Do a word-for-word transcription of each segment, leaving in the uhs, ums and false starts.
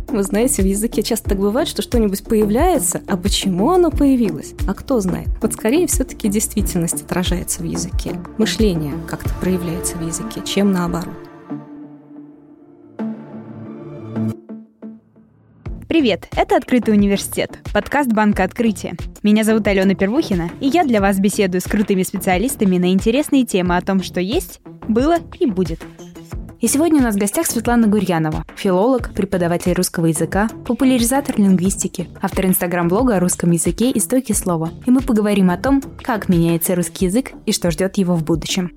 Вы знаете, в языке часто так бывает, что что-нибудь появляется, а почему оно появилось? А кто знает? Вот скорее все-таки действительность отражается в языке. Мышление как-то проявляется в языке, чем наоборот. Привет, это «Открытый университет», подкаст Банка Открытия. Меня зовут Алена Первухина, и я для вас беседую с крутыми специалистами на интересные темы о том, что есть, было и будет. И сегодня у нас в гостях Светлана Гурьянова, филолог, преподаватель русского языка, популяризатор лингвистики, автор инстаграм-блога о русском языке «Истоки слова». И мы поговорим о том, как меняется русский язык и что ждет его в будущем.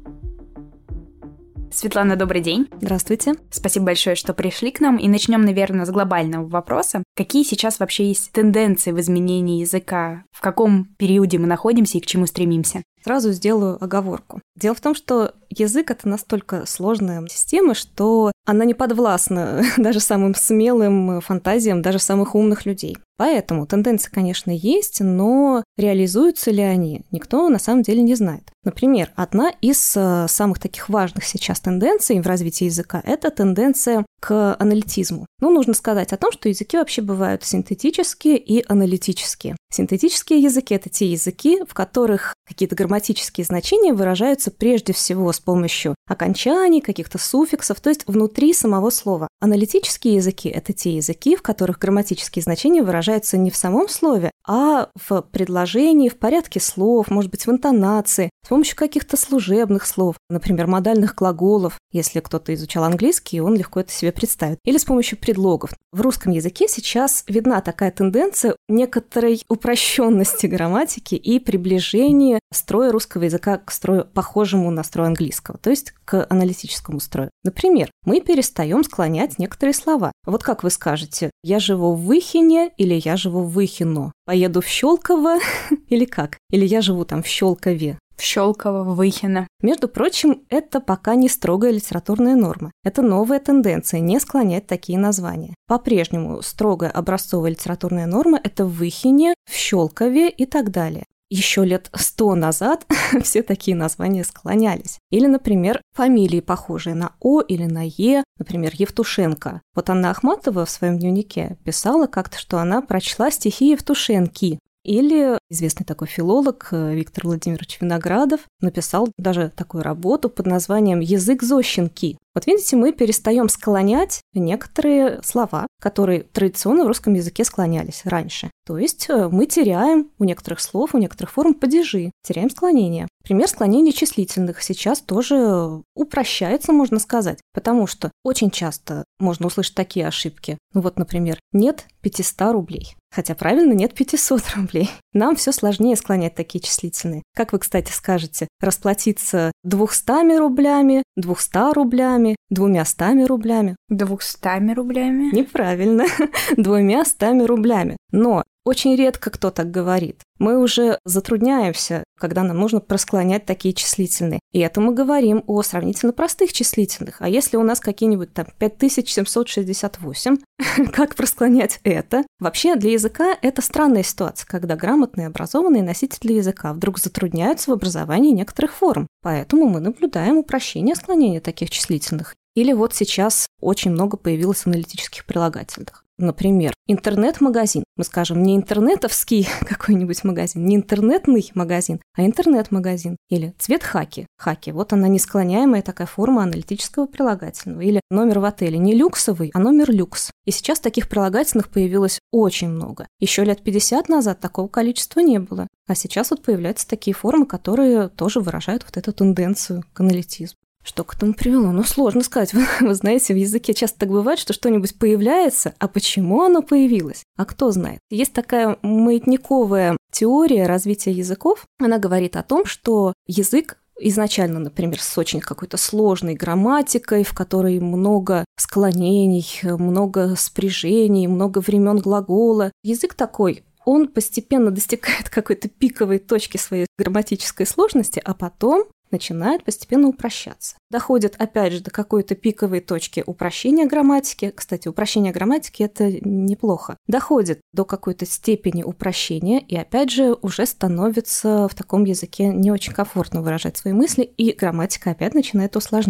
Светлана, добрый день. Здравствуйте. Спасибо большое, что пришли к нам. И начнем, наверное, с глобального вопроса. Какие сейчас вообще есть тенденции в изменении языка? В каком периоде мы находимся и к чему стремимся? Сразу сделаю оговорку. Дело в том, что язык — это настолько сложная система, что она не подвластна даже самым смелым фантазиям, даже самых умных людей. Поэтому тенденции, конечно, есть, но реализуются ли они, никто на самом деле не знает. Например, одна из самых таких важных сейчас тенденций в развитии языка — это тенденция к аналитизму. Ну, нужно сказать о том, что языки вообще бывают синтетические и аналитические. Синтетические языки — это те языки, в которых какие-то грамматические значения выражаются прежде всего с помощью окончаний, каких-то суффиксов, то есть внутри самого слова. Аналитические языки — это те языки, в которых грамматические значения выражаются не в самом слове, а в предложении, в порядке слов, может быть, в интонации, с помощью каких-то служебных слов, например, модальных глаголов, если кто-то изучал английский, он легко это себе представит, или с помощью предлогов. В русском языке сейчас видна такая тенденция некоторой упрощенности грамматики и приближения строя русского языка к строю, похожему на строй английского, то есть к аналитическому строю. Например, мы перестаем склонять некоторые слова. Вот как вы скажете: «Я живу в Выхине» или «Я живу в Выхино», «Поеду в Щелково» или как? Или «Я живу там в Щелкове». В Щелково, в Выхино. Между прочим, это пока не строгая литературная норма. Это новая тенденция — не склонять такие названия. По-прежнему строгая образцовая литературная норма — это в Выхине, в Щелкове и так далее. Еще лет сто назад все такие названия склонялись. Или, например, фамилии, похожие на «о» или на «е», например, Евтушенко. Вот Анна Ахматова в своем дневнике писала как-то, что она прочла стихи Евтушенки. Или известный такой филолог Виктор Владимирович Виноградов написал даже такую работу под названием «Язык Зощенки». Вот видите, мы перестаем склонять некоторые слова, которые традиционно в русском языке склонялись раньше. То есть мы теряем у некоторых слов, у некоторых форм падежи, теряем склонение. Пример склонения числительных сейчас тоже упрощается, можно сказать, потому что очень часто можно услышать такие ошибки. Ну вот, например, «нет пятисот рублей». Хотя правильно, нет пятисот рублей. Нам все сложнее склонять такие числительные. Как вы, кстати, скажете, расплатиться двумястами рублями, двумястами рублями, двумястами рублями? Двухстами рублями? Неправильно. Двумястами рублями. Но очень редко кто так говорит. Мы уже затрудняемся, когда нам нужно просклонять такие числительные. И это мы говорим о сравнительно простых числительных. А если у нас какие-нибудь там пять тысяч семьсот шестьдесят восемь, как просклонять это? Вообще для языка это странная ситуация, когда грамотные, образованные носители языка вдруг затрудняются в образовании некоторых форм. Поэтому мы наблюдаем упрощение склонения таких числительных. Или вот сейчас очень много появилось аналитических прилагательных. Например, интернет-магазин. Мы скажем не интернетовский какой-нибудь магазин, не интернетный магазин, а интернет-магазин. Или цвет хаки. Хаки. Вот она несклоняемая такая форма аналитического прилагательного. Или номер в отеле не люксовый, а номер люкс. И сейчас таких прилагательных появилось очень много. Еще лет пятьдесят назад такого количества не было. А сейчас вот появляются такие формы, которые тоже выражают вот эту тенденцию к аналитизму. Что к этому привело? Ну, сложно сказать. Вы, вы знаете, в языке часто так бывает, что что-нибудь появляется, а почему оно появилось? А кто знает? Есть такая маятниковая теория развития языков. Она говорит о том, что язык изначально, например, с очень какой-то сложной грамматикой, в которой много склонений, много спряжений, много времен глагола. Язык такой, он постепенно достигает какой-то пиковой точки своей грамматической сложности, а потом начинает постепенно упрощаться. Доходит, опять же, до какой-то пиковой точки упрощения грамматики. Кстати, упрощение грамматики – это неплохо. Доходит до какой-то степени упрощения и, опять же, уже становится в таком языке не очень комфортно выражать свои мысли, и грамматика опять начинает усложняться.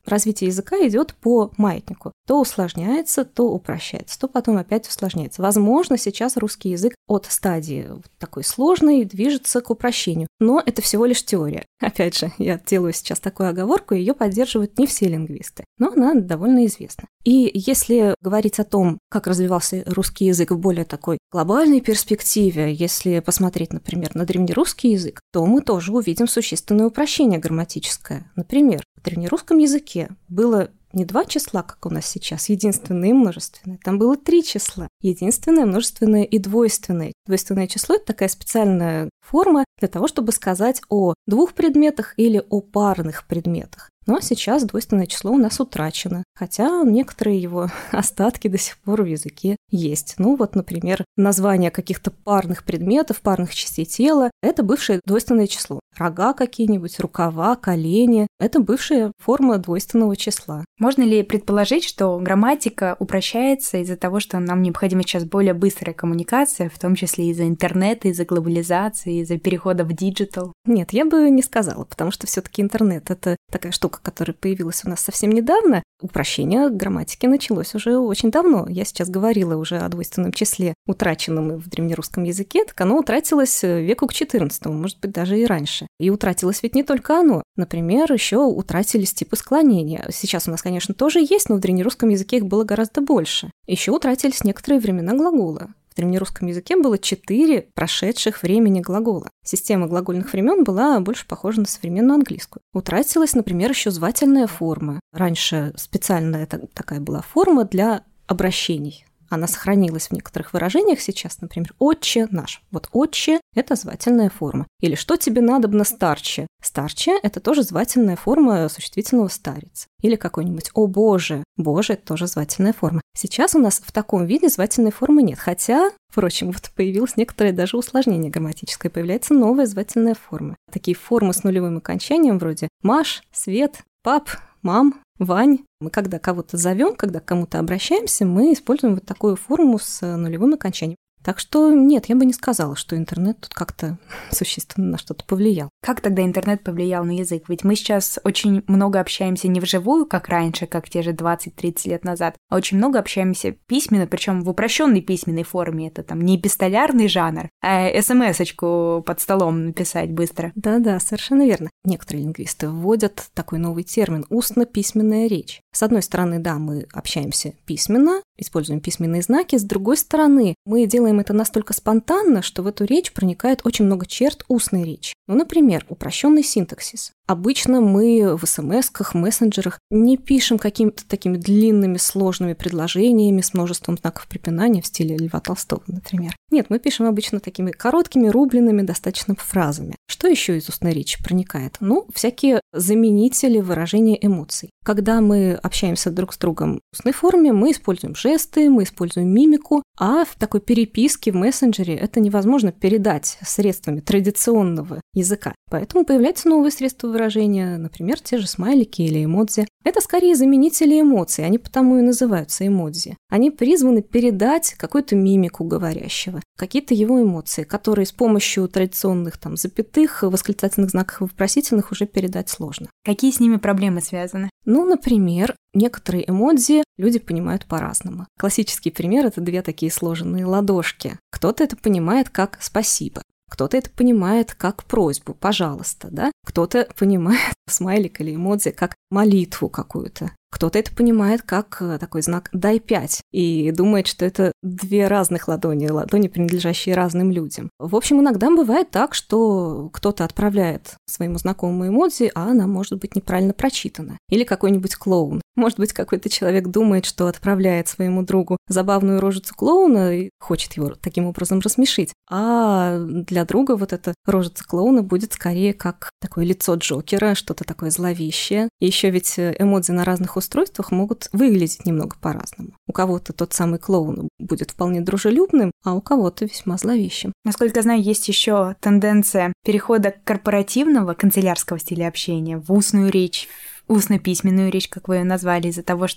развитие языка идет по маятнику. То усложняется, то упрощается, то потом опять усложняется. Возможно, сейчас русский язык от стадии такой сложной движется к упрощению, но это всего лишь теория. Опять же, я делаю сейчас такую оговорку, ее поддерживают не все лингвисты, но она довольно известна. И если говорить о том, как развивался русский язык в более такой глобальной перспективе, если посмотреть, например, на древнерусский язык, то мы тоже увидим существенное упрощение грамматическое. Например, в древнерусском языке было не два числа, как у нас сейчас, единственное и множественное. Там было три числа. Единственное, множественное и двойственное. Двойственное число – это такая специальная форма для того, чтобы сказать о двух предметах или о парных предметах. Но сейчас двойственное число у нас утрачено, хотя некоторые его остатки до сих пор в языке есть. Ну вот, например, название каких-то парных предметов, парных частей тела – это бывшее двойственное число. Рога какие-нибудь, рукава, колени – это бывшая форма двойственного числа. Можно ли предположить, что грамматика упрощается из-за того, что нам необходима сейчас более быстрая коммуникация, в том числе из-за интернета, из-за глобализации, из-за перехода в диджитал? Нет, я бы не сказала, потому что все-таки интернет – это такая штука, которая появилась у нас совсем недавно. Упрощение грамматики началось уже очень давно. Я сейчас говорила уже о двойственном числе, утраченном в древнерусском языке, так оно утратилось веку к четырнадцатому, может быть, даже и раньше. И утратилось ведь не только оно. Например, еще утратились типы склонения. Сейчас у нас, конечно, тоже есть, но в древнерусском языке их было гораздо больше. Еще утратились некоторые времена глагола. В древнерусском языке было четыре прошедших времени глагола. Система глагольных времен была больше похожа на современную английскую. Утратилась, например, еще звательная форма. Раньше специальная такая была форма для обращений. Она сохранилась в некоторых выражениях сейчас, например, «отче наш». Вот «отче» – это звательная форма. Или «что тебе надобно, старче». «Старче» – это тоже звательная форма существительного «старец». Или какой-нибудь «о боже». «Боже» – это тоже звательная форма. Сейчас у нас в таком виде звательной формы нет. Хотя, впрочем, вот появилось некоторое даже усложнение грамматическое. Появляется новая звательная форма. Такие формы с нулевым окончанием вроде «Маш», «Свет», «Пап», «Мам», «Вань». Мы когда кого-то зовем, когда к кому-то обращаемся, мы используем вот такую форму с нулевым окончанием. Так что нет, я бы не сказала, что интернет тут как-то существенно на что-то повлиял. Как тогда интернет повлиял на язык? Ведь мы сейчас очень много общаемся не вживую, как раньше, как те же двадцать-тридцать лет назад, а очень много общаемся письменно, причем в упрощенной письменной форме. Это там не эпистолярный жанр, а эс-эм-эсочку под столом написать быстро. Да-да, совершенно верно. Некоторые лингвисты вводят такой новый термин – устно-письменная речь. С одной стороны, да, мы общаемся письменно, используем письменные знаки, с другой стороны, мы делаем это настолько спонтанно, что в эту речь проникает очень много черт устной речи. Ну, например, упрощенный синтаксис. Обычно мы в эс-эм-эсках, мессенджерах не пишем какими-то такими длинными, сложными предложениями с множеством знаков препинания в стиле Льва Толстого, например. Нет, мы пишем обычно такими короткими, рубленными достаточно фразами. Что еще из устной речи проникает? Ну, всякие заменители выражения эмоций. Когда мы общаемся друг с другом в устной форме, мы используем жесты, мы используем мимику, а в такой переписке в мессенджере это невозможно передать средствами традиционного языка. Поэтому появляются новые средства выражения, например, те же смайлики или эмодзи. Это скорее заменители эмоций, они потому и называются эмодзи. Они призваны передать какую-то мимику говорящего, какие-то его эмоции, которые с помощью традиционных там запятых, восклицательных знаков и вопросительных уже передать сложно. Какие с ними проблемы связаны? Ну, например, некоторые эмодзи люди понимают по-разному. Классический пример – это две такие сложенные ладошки. Кто-то это понимает как «спасибо». Кто-то это понимает как просьбу, пожалуйста, да? Кто-то понимает смайлик или эмодзи как молитву какую-то. Кто-то это понимает как такой знак «дай пять» и думает, что это две разных ладони, ладони, принадлежащие разным людям. В общем, иногда бывает так, что кто-то отправляет своему знакомому эмодзи, а она может быть неправильно прочитана. Или какой-нибудь клоун. Может быть, какой-то человек думает, что отправляет своему другу забавную рожицу клоуна и хочет его таким образом рассмешить. А для друга вот эта рожица клоуна будет скорее как такое лицо Джокера, что-то такое зловещее. И еще ведь эмодзи на разных устройствах могут выглядеть немного по-разному. У кого-то тот самый клоун будет вполне дружелюбным, а у кого-то весьма зловещим. Насколько я знаю, есть еще тенденция перехода к корпоративного канцелярского стиля общения в устную речь, устно-письменную речь, как вы ее назвали, из-за того, что мы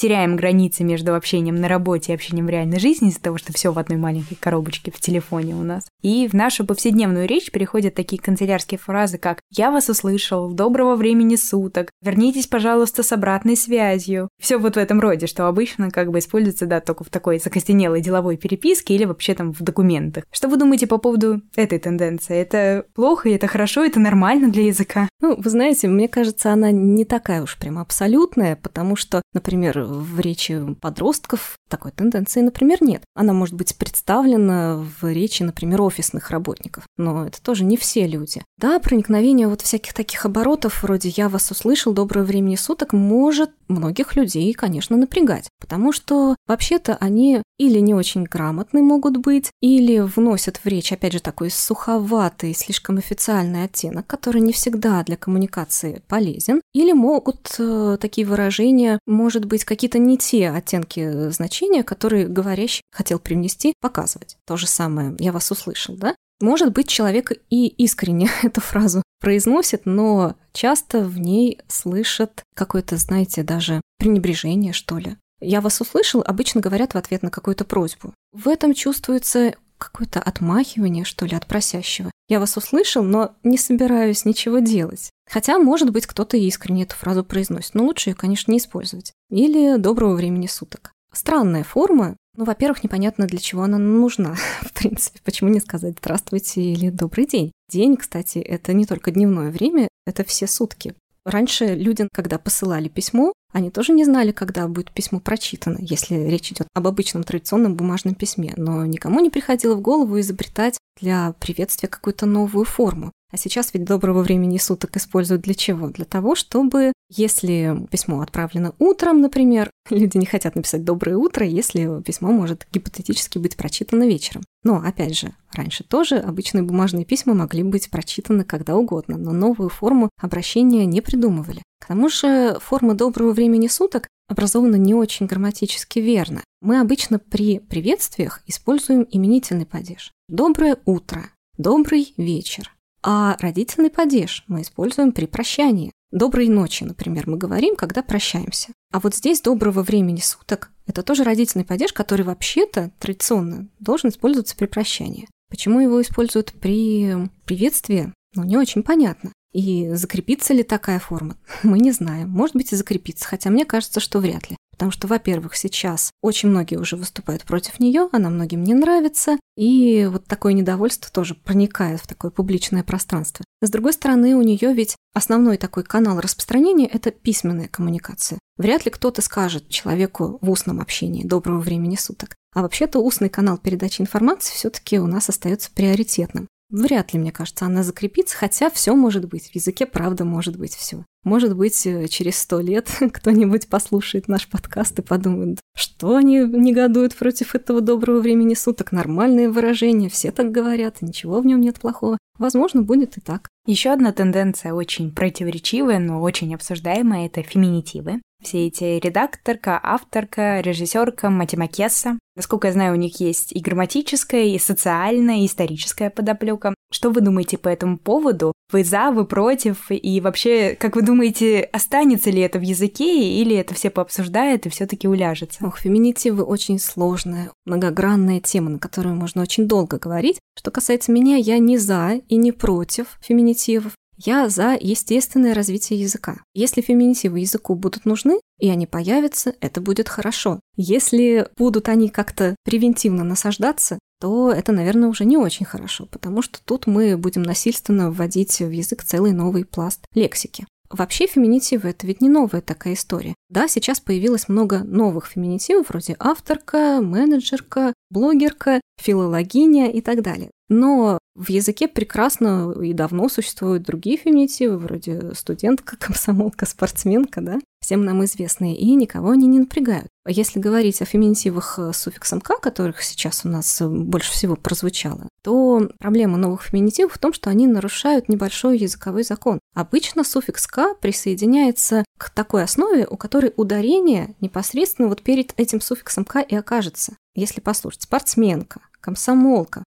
теряем границы между общением на работе и общением в реальной жизни из-за того, что все в одной маленькой коробочке в телефоне у нас. И в нашу повседневную речь переходят такие канцелярские фразы, как «я вас услышал», «доброго времени суток», «вернитесь, пожалуйста, с обратной связью». Все вот в этом роде, что обычно как бы используется, да, только в такой закостенелой деловой переписке или вообще там в документах. Что вы думаете по поводу этой тенденции? Это плохо, это хорошо, это нормально для языка? Ну, вы знаете, мне кажется, она не такая уж прям абсолютная, потому что, например, в речи подростков такой тенденции, например, нет. Она может быть представлена в речи, например, офисных работников, но это тоже не все люди. Да, проникновение вот всяких таких оборотов, вроде «я вас услышал, доброго времени суток», может многих людей, конечно, напрягать, потому что вообще-то они или не очень грамотны могут быть, или вносят в речь, опять же, такой суховатый, слишком официальный оттенок, который не всегда для коммуникации полезен, или могут э, такие выражения, может быть, какие-то не те оттенки значения, которые говорящий хотел привнести, показывать. То же самое «я вас услышал», да? Может быть, человек и искренне эту фразу произносит, но часто в ней слышат какое-то, знаете, даже пренебрежение, что ли. «Я вас услышал» обычно говорят в ответ на какую-то просьбу. В этом чувствуется какое-то отмахивание, что ли, от просящего. «Я вас услышал, но не собираюсь ничего делать». Хотя, может быть, кто-то искренне эту фразу произносит, но лучше ее, конечно, не использовать. Или «доброго времени суток». Странная форма. Ну, во-первых, непонятно, для чего она нужна. В принципе, почему не сказать «здравствуйте» или «добрый день». День, кстати, это не только дневное время, это все сутки. Раньше люди, когда посылали письмо, они тоже не знали, когда будет письмо прочитано, если речь идет об обычном традиционном бумажном письме. Но никому не приходило в голову изобретать для приветствия какую-то новую форму. А сейчас ведь «доброго времени суток» используют для чего? Для того, чтобы, если письмо отправлено утром, например, люди не хотят написать «доброе утро», если письмо может гипотетически быть прочитано вечером. Но, опять же, раньше тоже обычные бумажные письма могли быть прочитаны когда угодно, но новую форму обращения не придумывали. К тому же форма «доброго времени суток» образована не очень грамматически верно. Мы обычно при приветствиях используем именительный падеж. «Доброе утро», «добрый вечер». А родительный падеж мы используем при прощании. «Доброй ночи», например, мы говорим, когда прощаемся. А вот здесь «доброго времени суток» – это тоже родительный падеж, который вообще-то традиционно должен использоваться при прощании. Почему его используют при приветствии? Ну, не очень понятно. И закрепится ли такая форма? Мы не знаем. Может быть, и закрепится, хотя мне кажется, что вряд ли. Потому что, во-первых, сейчас очень многие уже выступают против нее, она многим не нравится, и вот такое недовольство тоже проникает в такое публичное пространство. С другой стороны, у нее ведь основной такой канал распространения – это письменная коммуникация. Вряд ли кто-то скажет человеку в устном общении «доброго времени суток». А вообще-то устный канал передачи информации все-таки у нас остается приоритетным. Вряд ли, мне кажется, она закрепится, хотя все может быть. В языке, правда, может быть все. Может быть, через сто лет кто-нибудь послушает наш подкаст и подумает, что они негодуют против этого «доброго времени суток». Нормальные выражения, все так говорят, ничего в нем нет плохого. Возможно, будет и так. Еще одна тенденция очень противоречивая, но очень обсуждаемая – это феминитивы. Все эти редакторка, авторка, режиссерка, матемакесса. Насколько я знаю, у них есть и грамматическая, и социальная, и историческая подоплека. Что вы думаете по этому поводу? Вы за, вы против? И вообще, как вы думаете, останется ли это в языке, или это все пообсуждают и все-таки уляжется? Ох, феминитивы очень сложная, многогранная тема, на которую можно очень долго говорить. Что касается меня, я не за и не против феминитивов. Я за естественное развитие языка. Если феминитивы языку будут нужны, и они появятся, это будет хорошо. Если будут они как-то превентивно насаждаться, то это, наверное, уже не очень хорошо, потому что тут мы будем насильственно вводить в язык целый новый пласт лексики. Вообще феминитивы – это ведь не новая такая история. Да, сейчас появилось много новых феминитивов, вроде авторка, менеджерка, блогерка, филологиня и так далее. Но в языке прекрасно и давно существуют другие феминитивы, вроде студентка, комсомолка, спортсменка, да, всем нам известные, и никого они не напрягают. Если говорить о феминитивах с суффиксом «к», которых сейчас у нас больше всего прозвучало, то проблема новых феминитивов в том, что они нарушают небольшой языковой закон. Обычно суффикс «к» присоединяется к такой основе, у которой ударение непосредственно вот перед этим суффиксом «к» и окажется. Если послушать «спортсменка», «комсомолка»,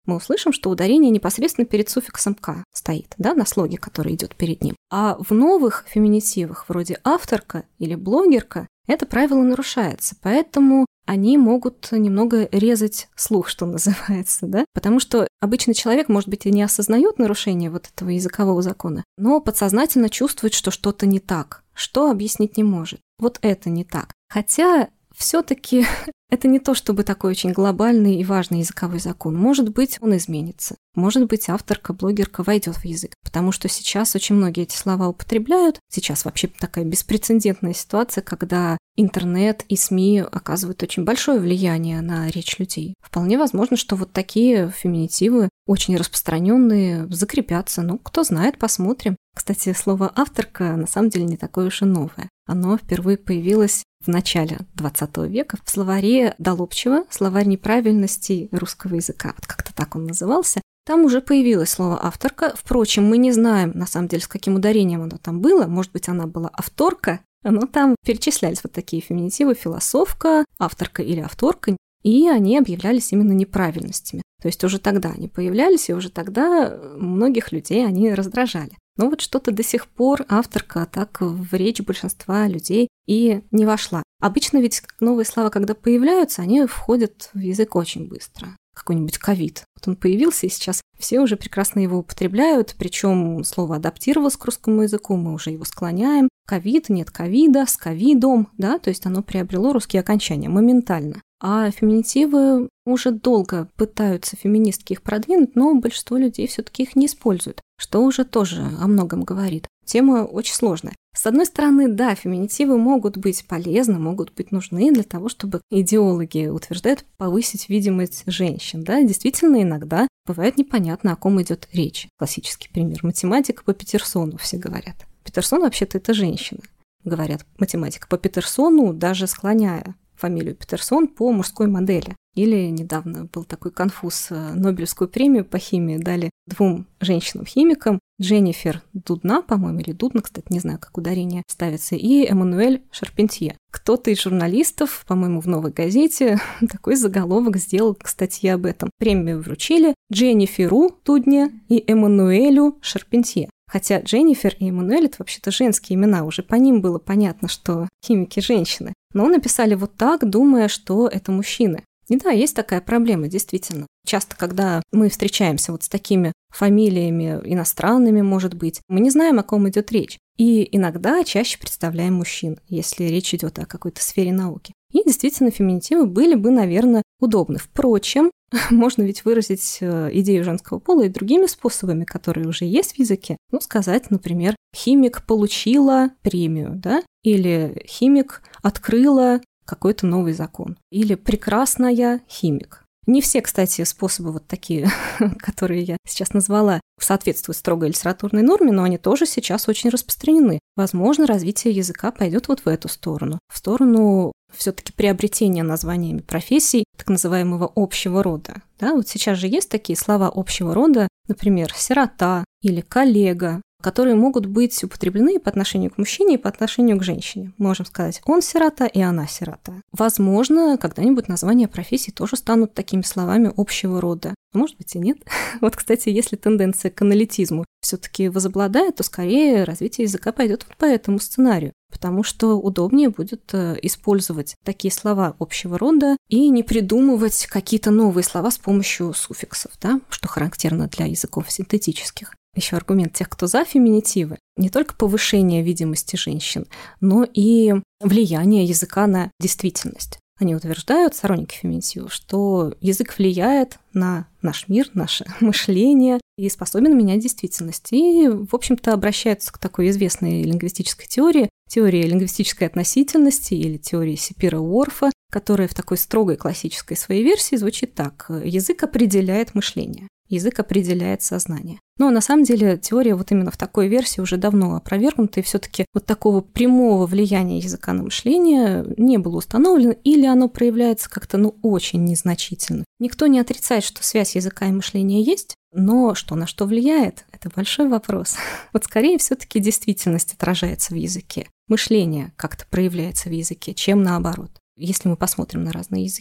мы услышим, что ударение непосредственно перед суффиксом «к» стоит, да, на слоге, который идет перед ним. А в новых феминитивах, вроде авторка или блогерка, это правило нарушается, поэтому они могут немного резать слух, что называется, да? Потому что обычный человек, может быть, и не осознает нарушение вот этого языкового закона, но подсознательно чувствует, что что-то не так, что объяснить не может. Вот это не так. Хотя все-таки это не то, чтобы такой очень глобальный и важный языковой закон. Может быть, он изменится. Может быть, авторка, блогерка войдет в язык. Потому что сейчас очень многие эти слова употребляют. Сейчас вообще такая беспрецедентная ситуация, когда интернет и СМИ оказывают очень большое влияние на речь людей. Вполне возможно, что вот такие феминитивы, очень распространенные, закрепятся. Ну, кто знает, посмотрим. Кстати, слово «авторка» на самом деле не такое уж и новое. Оно впервые появилось в начале двадцатого века в словаре Долобчева, словарь неправильностей русского языка. Вот как-то так он назывался. Там уже появилось слово «авторка». Впрочем, мы не знаем, на самом деле, с каким ударением оно там было. Может быть, она была авторка, но там перечислялись вот такие феминитивы: философка, авторка или авторка, и они объявлялись именно неправильностями. То есть уже тогда они появлялись, и уже тогда многих людей они раздражали. Но вот что-то до сих пор авторка так в речь большинства людей и не вошла. Обычно ведь новые слова, когда появляются, они входят в язык очень быстро. Какой-нибудь ковид. Вот он появился, и сейчас все уже прекрасно его употребляют, причем слово адаптировалось к русскому языку, мы уже его склоняем. Ковид, нет ковида, с ковидом, да, то есть оно приобрело русские окончания моментально. А феминитивы уже долго пытаются феминистки их продвинуть, но большинство людей все-таки их не используют, что уже тоже о многом говорит. Тема очень сложная. С одной стороны, да, феминитивы могут быть полезны, могут быть нужны для того, чтобы идеологи утверждают повысить видимость женщин. Да, действительно, иногда бывает непонятно, о ком идет речь. Классический пример. Математика по Петерсону, все говорят. Петерсон вообще-то это женщина. Говорят, математика по Петерсону, даже склоняя фамилию Петерсон по мужской модели. Или недавно был такой конфуз: Нобелевскую премию по химии дали двум женщинам-химикам: Дженнифер Дудна, по-моему, или Дудна, кстати, не знаю, как ударение ставится, и Эммануэль Шарпентье. Кто-то из журналистов, по-моему, в «Новой газете» такой заголовок сделал к статье об этом. Премию вручили Дженниферу Дудне и Эммануэлю Шарпентье. Хотя Дженнифер и Эммануэль — это вообще-то женские имена, уже по ним было понятно, что химики женщины. Но написали вот так, думая, что это мужчины. И да, есть такая проблема, действительно. Часто, когда мы встречаемся вот с такими фамилиями иностранными, может быть, мы не знаем, о ком идет речь. И иногда чаще представляем мужчин, если речь идет о какой-то сфере науки. И действительно, феминитивы были бы, наверное, удобны. Впрочем, можно ведь выразить идею женского пола и другими способами, которые уже есть в языке. Ну, сказать, например, химик получила премию, да? Или химик открыла какой-то новый закон. Или прекрасная химик. Не все, кстати, способы вот такие, которые я сейчас назвала, соответствуют строгой литературной норме, но они тоже сейчас очень распространены. Возможно, развитие языка пойдет вот в эту сторону. В сторону все-таки приобретения названиями профессий так называемого общего рода. Да, вот сейчас же есть такие слова общего рода, например, сирота или коллега, которые могут быть употреблены по отношению к мужчине и по отношению к женщине. Мы можем сказать «он сирота» и «она сирота». Возможно, когда-нибудь названия профессий тоже станут такими словами общего рода. А может быть и нет. Вот, кстати, если тенденция к аналитизму все-таки возобладает, то скорее развитие языка пойдет вот по этому сценарию, потому что удобнее будет использовать такие слова общего рода и не придумывать какие-то новые слова с помощью суффиксов, да, что характерно для языков синтетических. Еще аргумент тех, кто за феминитивы, не только повышение видимости женщин, но и влияние языка на действительность. Они утверждают, сторонники феминитивов, что язык влияет на наш мир, наше мышление и способен менять действительность. И, в общем-то, обращаются к такой известной лингвистической теории, теории лингвистической относительности или теории Сапира-Уорфа, которая в такой строгой классической своей версии звучит так: язык определяет мышление. Язык определяет сознание. Но на самом деле теория вот именно в такой версии уже давно опровергнута, и все-таки вот такого прямого влияния языка на мышление не было установлено, или оно проявляется как-то, ну, очень незначительно. Никто не отрицает, что связь языка и мышления есть, но что на что влияет, это большой вопрос. Вот скорее все-таки действительность отражается в языке. Мышление как-то проявляется в языке, чем наоборот. Если мы посмотрим на разные языки,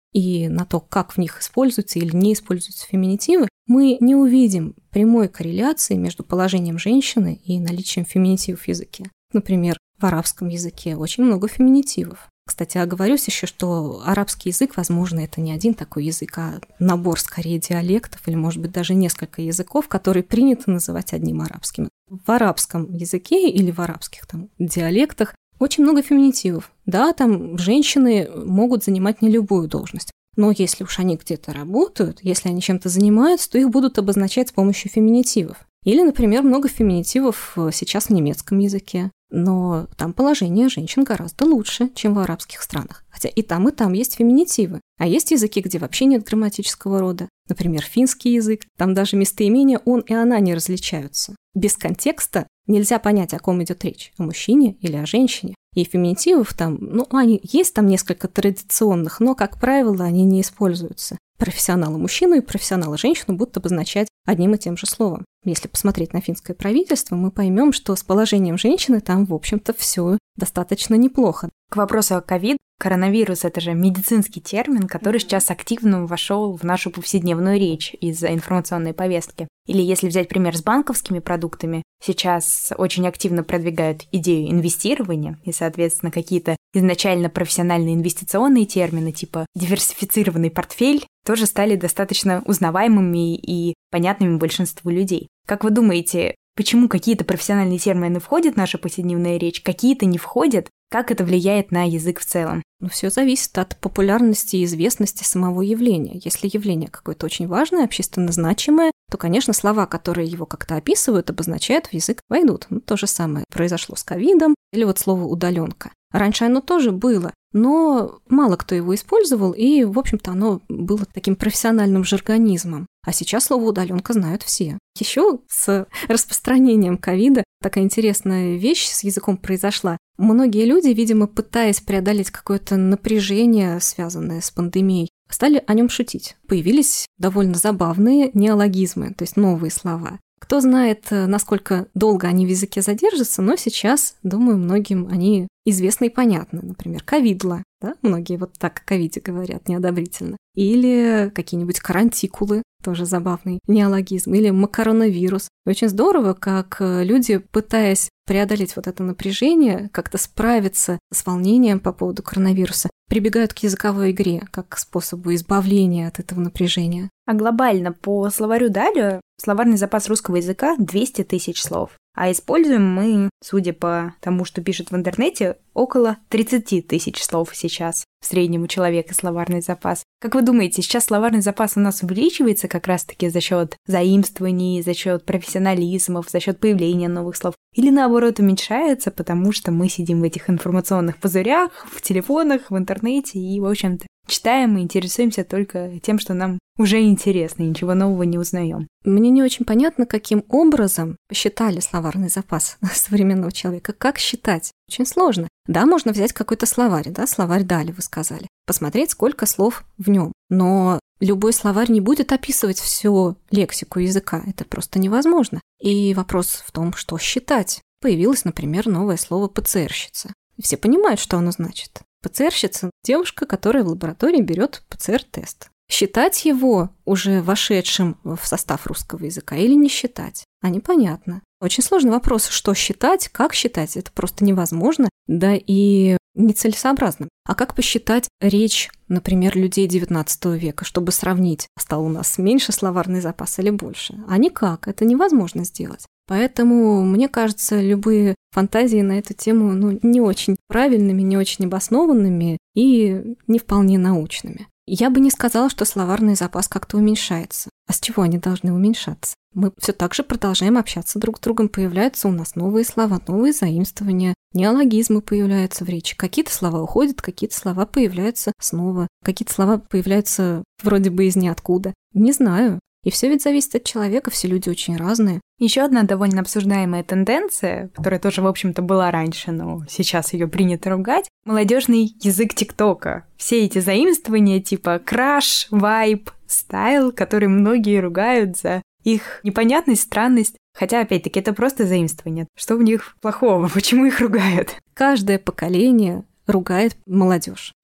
и на то, как в них используются или не используются феминитивы, мы не увидим прямой корреляции между положением женщины и наличием феминитивов в языке. Например, в арабском языке очень много феминитивов. Кстати, оговорюсь еще, что арабский язык, возможно, это не один такой язык, а набор, скорее, диалектов или, может быть, даже несколько языков, которые принято называть одним арабским. В арабском языке или в арабских там диалектах очень много феминитивов. Да, там женщины могут занимать не любую должность, но если уж они где-то работают, если они чем-то занимаются, то их будут обозначать с помощью феминитивов. Или, например, много феминитивов сейчас в немецком языке. Но там положение женщин гораздо лучше, чем в арабских странах. Хотя и там, и там есть феминитивы. А есть языки, где вообще нет грамматического рода. Например, финский язык. Там даже местоимения «он» и «она» не различаются. Без контекста нельзя понять, о ком идет речь. О мужчине или о женщине. И феминитивов там, ну, они есть там несколько традиционных, но, как правило, они не используются. Профессионала мужчину и профессионала женщину будут обозначать одним и тем же словом. Если посмотреть на финское правительство, мы поймем, что с положением женщины там, в общем-то, все достаточно неплохо. К вопросу о ковид, коронавирус – это же медицинский термин, который сейчас активно вошел в нашу повседневную речь из-за информационной повестки. Или если взять пример с банковскими продуктами, сейчас очень активно продвигают идею инвестирования, и, соответственно, какие-то изначально профессиональные инвестиционные термины, типа диверсифицированный портфель, тоже стали достаточно узнаваемыми и понятными большинству людей. Как вы думаете, почему какие-то профессиональные термины входят в нашу повседневную речь, какие-то не входят? Как это влияет на язык в целом? Ну, все зависит от популярности и известности самого явления. Если явление какое-то очень важное, общественно значимое, то, конечно, слова, которые его как-то описывают, обозначают в язык, войдут. Ну, то же самое произошло с ковидом или вот слово «удаленка». Раньше оно тоже было, но мало кто его использовал, и, в общем-то, оно было таким профессиональным жаргонизмом. А сейчас слово «удаленка» знают все. Еще с распространением ковида такая интересная вещь с языком произошла. Многие люди, видимо, пытаясь преодолеть какое-то напряжение, связанное с пандемией, стали о нем шутить. Появились довольно забавные неологизмы, то есть новые слова. Кто знает, насколько долго они в языке задержатся, но сейчас, думаю, многим они известны и понятны. Например, ковидло, да? Многие вот так о ковиде говорят неодобрительно. Или какие-нибудь карантикулы, тоже забавный неологизм, или макаронавирус. И очень здорово, как люди, пытаясь преодолеть вот это напряжение, как-то справиться с волнением по поводу коронавируса, прибегают к языковой игре как к способу избавления от этого напряжения. А глобально по словарю Далио словарный запас русского языка двести тысяч слов. А используем мы, судя по тому, что пишут в интернете, около тридцать тысяч слов сейчас в среднем у человека словарный запас. Как вы думаете, сейчас словарный запас у нас увеличивается как раз-таки за счет заимствований, за счет профессионализмов, за счет появления новых слов? Или наоборот уменьшается, потому что мы сидим в этих информационных пузырях, в телефонах, в интернете и, в общем-то, читаем и интересуемся только тем, что нам уже интересно, и ничего нового не узнаем. Мне не очень понятно, каким образом посчитали словарный запас современного человека. Как считать? Очень сложно. Да, можно взять какой-то словарь, да, словарь Дали, вы сказали, посмотреть, сколько слов в нем. Но любой словарь не будет описывать всю лексику языка. Это просто невозможно. И вопрос в том, что считать. Появилось, например, новое слово «ПЦРщица». И все понимают, что оно значит. ПЦРщица – девушка, которая в лаборатории берет ПЦР-тест. Считать его уже вошедшим в состав русского языка или не считать? А непонятно. Очень сложный вопрос, что считать, как считать, это просто невозможно, да и нецелесообразно. А как посчитать речь, например, людей девятнадцатого века, чтобы сравнить, стал у нас меньше словарный запас или больше? А никак, это невозможно сделать. Поэтому, мне кажется, любые фантазии на эту тему ну, не очень правильными, не очень обоснованными и не вполне научными. Я бы не сказала, что словарный запас как-то уменьшается. А с чего они должны уменьшаться? Мы все так же продолжаем общаться друг с другом, появляются у нас новые слова, новые заимствования, неологизмы появляются в речи. Какие-то слова уходят, какие-то слова появляются снова, какие-то слова появляются вроде бы из ниоткуда. Не знаю. И все ведь зависит от человека, все люди очень разные. Еще одна довольно обсуждаемая тенденция, которая тоже, в общем-то, была раньше, но сейчас ее принято ругать, молодежный язык ТикТока. Все эти заимствования типа краш, вайб, стайл, которые многие ругают за их непонятность, странность. Хотя, опять-таки, это просто заимствование. Что в них плохого? Почему их ругают? Каждое поколение ругает молодежь.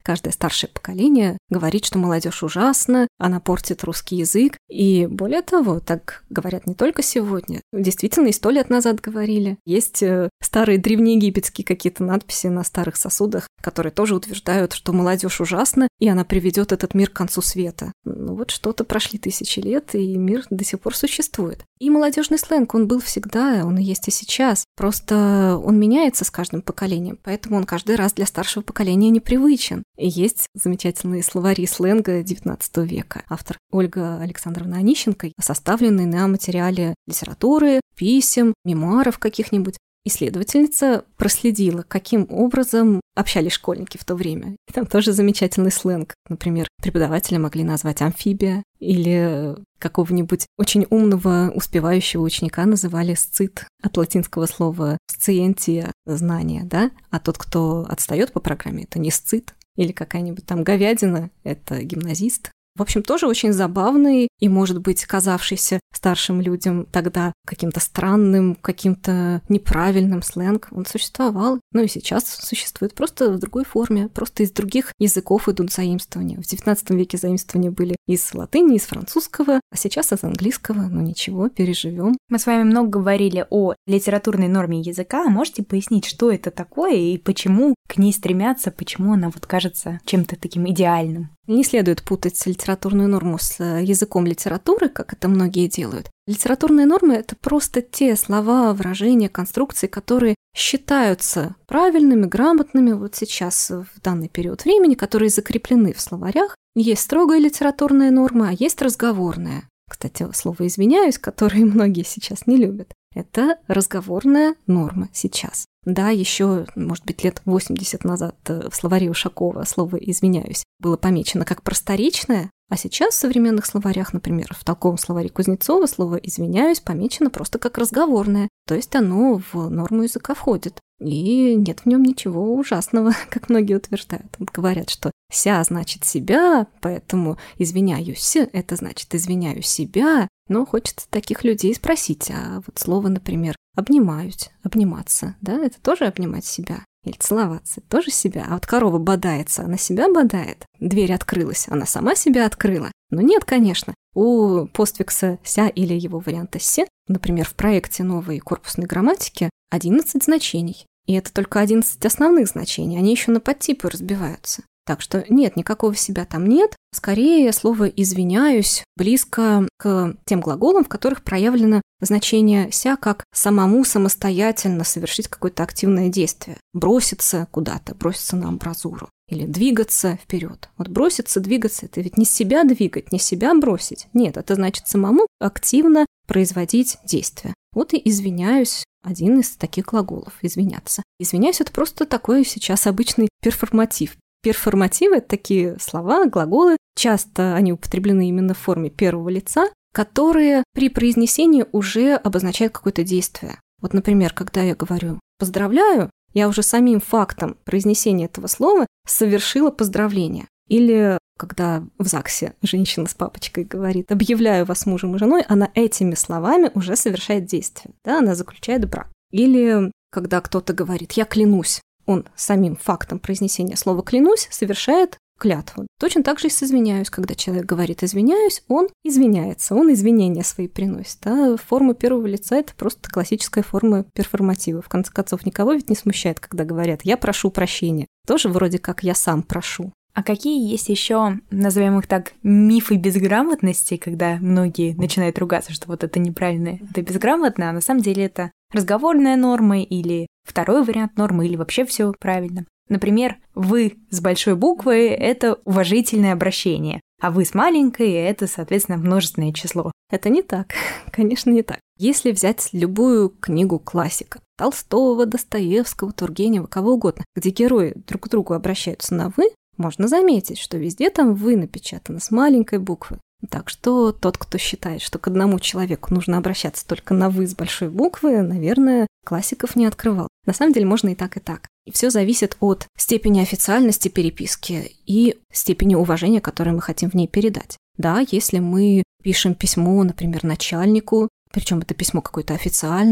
Каждое старшее поколение говорит, что молодежь ужасна, она портит русский язык. И более того, так говорят не только сегодня. Действительно, и сто лет назад говорили. Есть старые древнеегипетские какие-то надписи на старых сосудах, которые тоже утверждают, что молодежь ужасна, и она приведет этот мир к концу света. Ну вот что-то прошли тысячи лет, и мир до сих пор существует. И молодежный сленг, он был всегда, он и есть и сейчас. Просто он меняется с каждым поколением, поэтому он каждый раз для старшего поколения непривычен. И есть замечательные словари сленга девятнадцатого века. Автор Ольга Александровна Онищенко, составленный на материале литературы, писем, мемуаров каких-нибудь. Исследовательница проследила, каким образом общались школьники в то время. И там тоже замечательный сленг. Например, преподавателя могли назвать амфибия, или какого-нибудь очень умного, успевающего ученика называли сцит, от латинского слова «scientia» — знание, да? А тот, кто отстает по программе, это не сцит. Или какая-нибудь там говядина — это гимназист. В общем, тоже очень забавный и, может быть, казавшийся старшим людям тогда каким-то странным, каким-то неправильным сленг. Он существовал, ну и сейчас существует, просто в другой форме, просто из других языков идут заимствования. В девятнадцатом веке заимствования были из латыни, из французского, а сейчас из английского. Ну ничего, переживем. Мы с вами много говорили о литературной норме языка. Можете пояснить, что это такое и почему к ней стремятся, почему она вот кажется чем-то таким идеальным? Не следует путать литературную норму с языком литературы, как это многие делают. Литературные нормы — это просто те слова, выражения, конструкции, которые считаются правильными, грамотными вот сейчас, в данный период времени, которые закреплены в словарях. Есть строгая литературная норма, а есть разговорная. Кстати, слово «извиняюсь», которое многие сейчас не любят, это разговорная норма сейчас. Да, еще, может быть, лет восемьдесят назад в словаре Ушакова слово «извиняюсь» было помечено как просторечное, а сейчас в современных словарях, например, в толковом словаре Кузнецова слово «извиняюсь» помечено просто как разговорное, то есть оно в норму языка входит. И нет в нем ничего ужасного, как многие утверждают. Вот говорят, что «ся» значит «себя», поэтому «извиняюсь» — это значит «извиняю себя». Но хочется таких людей спросить, а вот слово, например, «обнимаюсь», «обниматься», да, это тоже обнимать себя? Или целоваться, это тоже себя? А вот корова бодается, она себя бодает? Дверь открылась, она сама себя открыла? Ну нет, конечно. У постфикса «ся» или его варианта «се», например, в проекте новой корпусной грамматики одиннадцать значений. И это только одиннадцать основных значений, они еще на подтипы разбиваются. Так что нет, никакого себя там нет. Скорее, слово «извиняюсь» близко к тем глаголам, в которых проявлено значение «ся» как самому самостоятельно совершить какое-то активное действие. Броситься куда-то, броситься на амбразуру. Или двигаться вперед. Вот броситься, двигаться — это ведь не себя двигать, не себя бросить. Нет, это значит самому активно производить действие. Вот и «извиняюсь» — один из таких глаголов — извиняться. «Извиняюсь» — это просто такой сейчас обычный перформатив. Перформативы — это такие слова, глаголы, часто они употреблены именно в форме первого лица, которые при произнесении уже обозначают какое-то действие. Вот, например, когда я говорю «поздравляю», я уже самим фактом произнесения этого слова совершила поздравление. Или когда в ЗАГСе женщина с папочкой говорит «объявляю вас мужем и женой», она этими словами уже совершает действие, да, она заключает брак. Или когда кто-то говорит «я клянусь», он самим фактом произнесения слова «клянусь» совершает клятву. Точно так же и с «извиняюсь». Когда человек говорит «извиняюсь», он извиняется, он извинения свои приносит. А форма первого лица — это просто классическая форма перформатива. В конце концов, никого ведь не смущает, когда говорят «я прошу прощения». Тоже вроде как «я сам прошу». А какие есть еще, назовем их так, мифы безграмотности, когда многие начинают ругаться, что вот это неправильно, это безграмотно, а на самом деле это разговорная норма или второй вариант нормы, или вообще все правильно. Например, «вы» с большой буквы — это уважительное обращение, а «вы» с маленькой — это, соответственно, множественное число. Это не так, конечно, не так. Если взять любую книгу классика, Толстого, Достоевского, Тургенева, кого угодно, где герои друг к другу обращаются на «вы», можно заметить, что везде там «вы» напечатано с маленькой буквы. Так что тот, кто считает, что к одному человеку нужно обращаться только на «вы» с большой буквы, наверное, классиков не открывал. На самом деле можно и так, и так. И все зависит от степени официальности переписки и степени уважения, которое мы хотим в ней передать. Да, если мы пишем письмо, например, начальнику, причем это письмо какое-то официальное,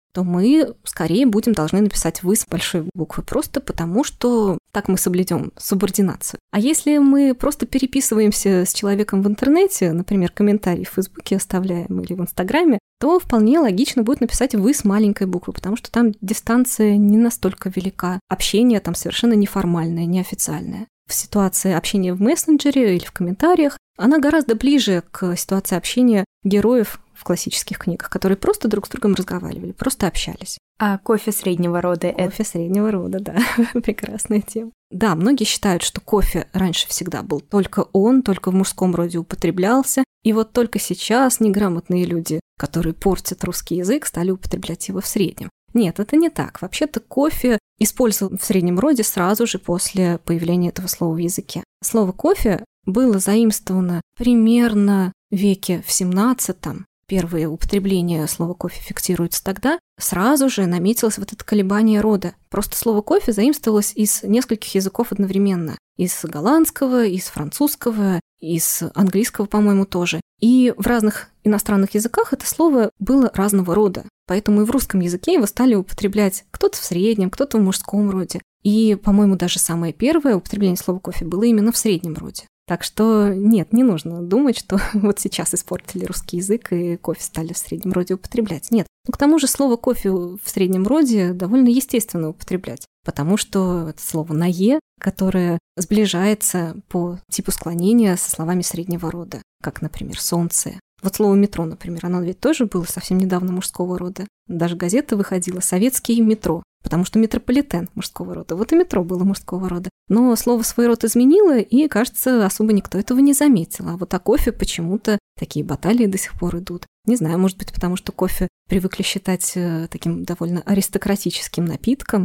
то мы скорее будем должны написать «вы» с большой буквы, просто потому что так мы соблюдем субординацию. А если мы просто переписываемся с человеком в интернете, например, комментарий в Фейсбуке оставляем или в Инстаграме, то вполне логично будет написать «вы» с маленькой буквы, потому что там дистанция не настолько велика, общение там совершенно неформальное, неофициальное. В ситуации общения в мессенджере или в комментариях она гораздо ближе к ситуации общения героев в классических книгах, которые просто друг с другом разговаривали, просто общались. А кофе среднего рода? Кофе среднего рода, да. Прекрасная тема. Да, многие считают, что кофе раньше всегда был только он, только в мужском роде употреблялся, и вот только сейчас неграмотные люди, которые портят русский язык, стали употреблять его в среднем. Нет, это не так. Вообще-то кофе использовал в среднем роде сразу же после появления этого слова в языке. Слово «кофе» было заимствовано примерно в веке в семнадцатом. Первые употребления слова «кофе» фиксируются тогда. Сразу же наметилось вот это колебание рода. Просто слово «кофе» заимствовалось из нескольких языков одновременно. Из голландского, из французского, из английского, по-моему, тоже. И в разных иностранных языках это слово было разного рода. Поэтому и в русском языке его стали употреблять кто-то в среднем, кто-то в мужском роде. И, по-моему, даже самое первое употребление слова «кофе» было именно в среднем роде. Так что нет, не нужно думать, что вот сейчас испортили русский язык и кофе стали в среднем роде употреблять. Нет. Ну, к тому же слово «кофе» в среднем роде довольно естественно употреблять, потому что это слово «на е», которое сближается по типу склонения со словами среднего рода, как, например, «солнце». Вот слово «метро», например, оно ведь тоже было совсем недавно мужского рода. Даже газета выходила «Советский метро», потому что метрополитен мужского рода. Вот и метро было мужского рода. Но слово свой род изменило, и, кажется, особо никто этого не заметил. А вот о кофе почему-то такие баталии до сих пор идут. Не знаю, может быть, потому что кофе привыкли считать таким довольно аристократическим напитком,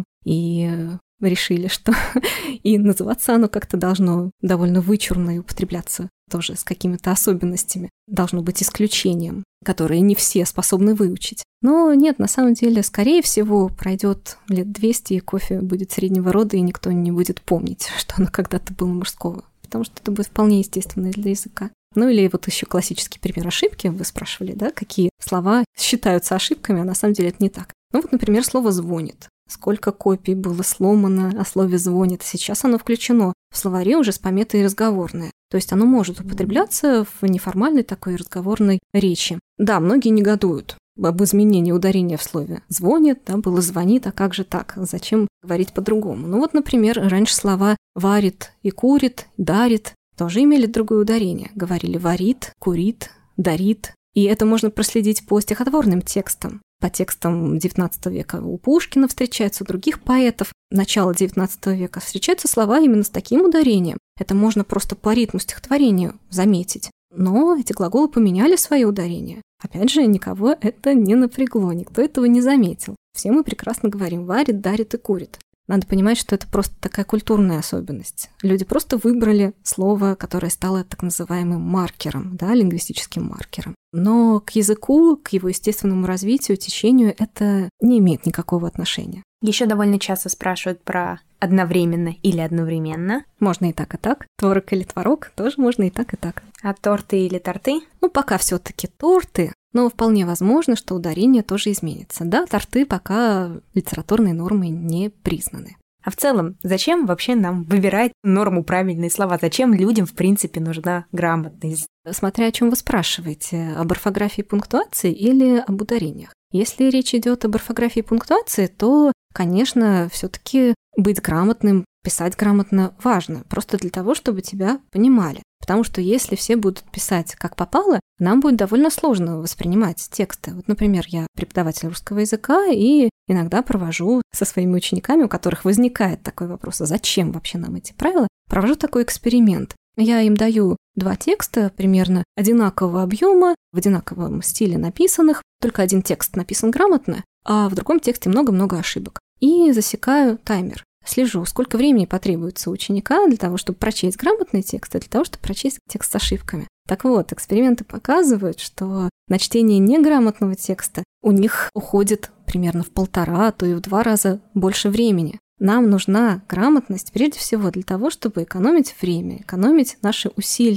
и решили, что и называться оно как-то должно довольно вычурно и употребляться тоже с какими-то особенностями. Должно быть исключением, которые не все способны выучить. Но нет, на самом деле, скорее всего, пройдет лет двести, и кофе будет среднего рода, и никто не будет помнить, что оно когда-то было мужского. Потому что это будет вполне естественно для языка. Ну или вот еще классический пример ошибки. Вы спрашивали, да, какие слова считаются ошибками, а на самом деле это не так. Ну вот, например, слово «звонит». Сколько копий было сломано о слове «звонит». Сейчас оно включено в словаре уже с пометой «разговорное». То есть оно может употребляться в неформальной такой разговорной речи. Да, многие негодуют об изменении ударения в слове «звонит», да, было «звонит», а как же так? Зачем говорить по-другому? Ну вот, например, раньше слова «варит» и «курит», «дарит» тоже имели другое ударение. Говорили «варит», «курит», «дарит». И это можно проследить по стихотворным текстам. По текстам девятнадцатого века у Пушкина встречаются, у других поэтов начала девятнадцатого века встречаются слова именно с таким ударением. Это можно просто по ритму стихотворения заметить. Но эти глаголы поменяли свое ударение. Опять же, никого это не напрягло, никто этого не заметил. Все мы прекрасно говорим «варит», «дарит» и «курит». Надо понимать, что это просто такая культурная особенность. Люди просто выбрали слово, которое стало так называемым маркером, да, лингвистическим маркером. Но к языку, к его естественному развитию, течению это не имеет никакого отношения. Еще довольно часто спрашивают про одновременно или одновременно. Можно и так, и так. Творог или творог тоже можно и так, и так. А торты или торты? Ну, пока все-таки торты, но вполне возможно, что ударение тоже изменится. Да, торты пока литературной нормой не признаны. А в целом, зачем вообще нам выбирать норму правильные слова? Зачем людям, в принципе, нужна грамотность? Смотря о чем вы спрашиваете, об орфографии и пунктуации или об ударениях. Если речь идет об орфографии и пунктуации, то, конечно, все-таки быть грамотным, писать грамотно важно, просто для того, чтобы тебя понимали. Потому что если все будут писать как попало, нам будет довольно сложно воспринимать тексты. Вот, например, я преподаватель русского языка и иногда провожу со своими учениками, у которых возникает такой вопрос, а зачем вообще нам эти правила, провожу такой эксперимент. Я им даю два текста примерно одинакового объема, в одинаковом стиле написанных, только один текст написан грамотно, а в другом тексте много-много ошибок. И засекаю таймер. Слежу, сколько времени потребуется у ученика для того, чтобы прочесть грамотный текст, и для того, чтобы прочесть текст с ошибками. Так вот, эксперименты показывают, что на чтение неграмотного текста у них уходит примерно в полтора, а то и в два раза больше времени. Нам нужна грамотность прежде всего для того, чтобы экономить время, экономить наши усилия,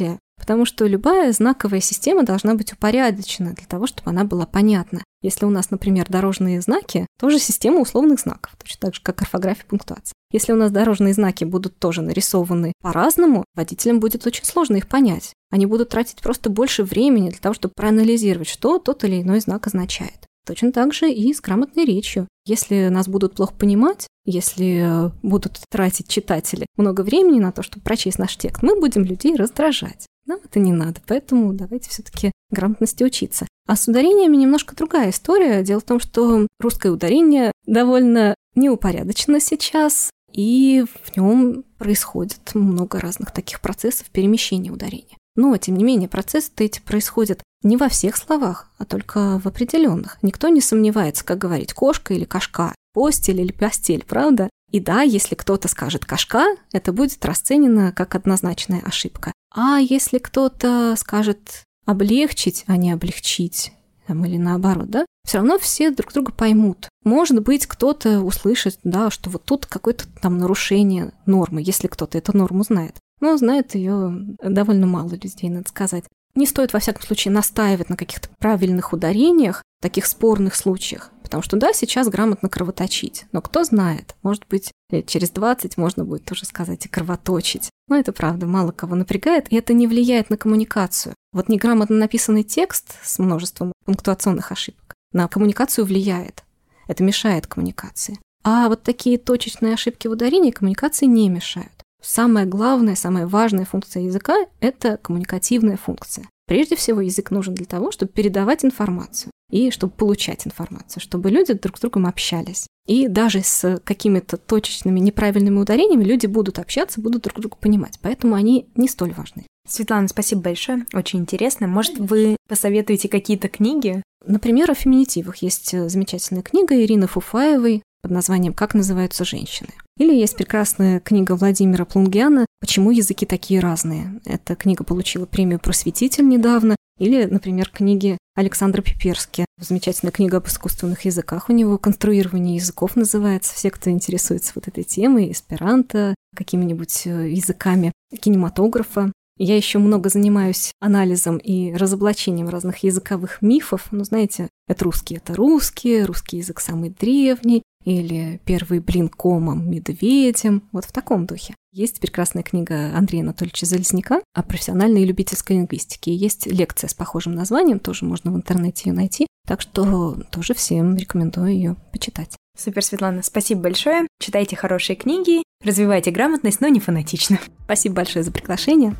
Потому что любая знаковая система должна быть упорядочена для того, чтобы она была понятна. Если у нас, например, дорожные знаки, тоже система условных знаков, точно так же, как орфография, пунктуация. Если у нас дорожные знаки будут тоже нарисованы по-разному, водителям будет очень сложно их понять. Они будут тратить просто больше времени для того, чтобы проанализировать, что тот или иной знак означает. Точно так же и с грамотной речью. Если нас будут плохо понимать, если будут тратить читатели много времени на то, чтобы прочесть наш текст, мы будем людей раздражать. Нам это не надо, поэтому давайте все-таки грамотности учиться. А с ударениями немножко другая история. Дело в том, что русское ударение довольно неупорядочено сейчас, и в нем происходит много разных таких процессов перемещения ударения. Но, тем не менее, процессы-то эти происходят не во всех словах, а только в определенных. Никто не сомневается, как говорить кошка или кошка, постель или постель, правда? И да, если кто-то скажет «кошка», это будет расценено как однозначная ошибка. А если кто-то скажет «облегчить», а не «облегчить», там, или наоборот, да, все равно все друг друга поймут. Может быть, кто-то услышит, да, что вот тут какое-то там нарушение нормы, если кто-то эту норму знает. Но знает ее довольно мало людей, надо сказать. Не стоит, во всяком случае, настаивать на каких-то правильных ударениях в таких спорных случаях. Потому что, да, сейчас грамотно кровоточить. Но кто знает, может быть, лет через двадцать можно будет тоже сказать и кровоточить. Но это, правда, мало кого напрягает, и это не влияет на коммуникацию. Вот неграмотно написанный текст с множеством пунктуационных ошибок на коммуникацию влияет. Это мешает коммуникации. А вот такие точечные ошибки в ударении коммуникации не мешают. Самая главная, самая важная функция языка – это коммуникативная функция. Прежде всего, язык нужен для того, чтобы передавать информацию и чтобы получать информацию, чтобы люди друг с другом общались. И даже с какими-то точечными неправильными ударениями люди будут общаться, будут друг друга понимать. Поэтому они не столь важны. Светлана, спасибо большое. Очень интересно. Может, вы посоветуете какие-то книги? Например, о феминитивах. Есть замечательная книга Ирины Фуфаевой под названием «Как называются женщины». Или есть прекрасная книга Владимира Плунгяна «Почему языки такие разные?». Эта книга получила премию «Просветитель» недавно. Или, например, книги Александра Пиперски. Замечательная книга об искусственных языках. У него «Конструирование языков» называется. Все, кто интересуется вот этой темой, эсперанто, какими-нибудь языками кинематографа. Я еще много занимаюсь анализом и разоблачением разных языковых мифов. Ну, знаете, это русский, это русский, русский язык самый древний, или первый блин комом медведем. Вот в таком духе. Есть прекрасная книга Андрея Анатольевича Залезняка о профессиональной и любительской лингвистике. Есть лекция с похожим названием, тоже можно в интернете ее найти. Так что тоже всем рекомендую ее почитать. Супер, Светлана, спасибо большое. Читайте хорошие книги, развивайте грамотность, но не фанатично. Спасибо большое за приглашение.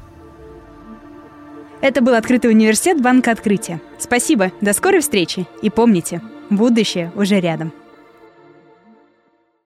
Это был Открытый университет Банка Открытия. Спасибо, до скорой встречи. И помните, будущее уже рядом.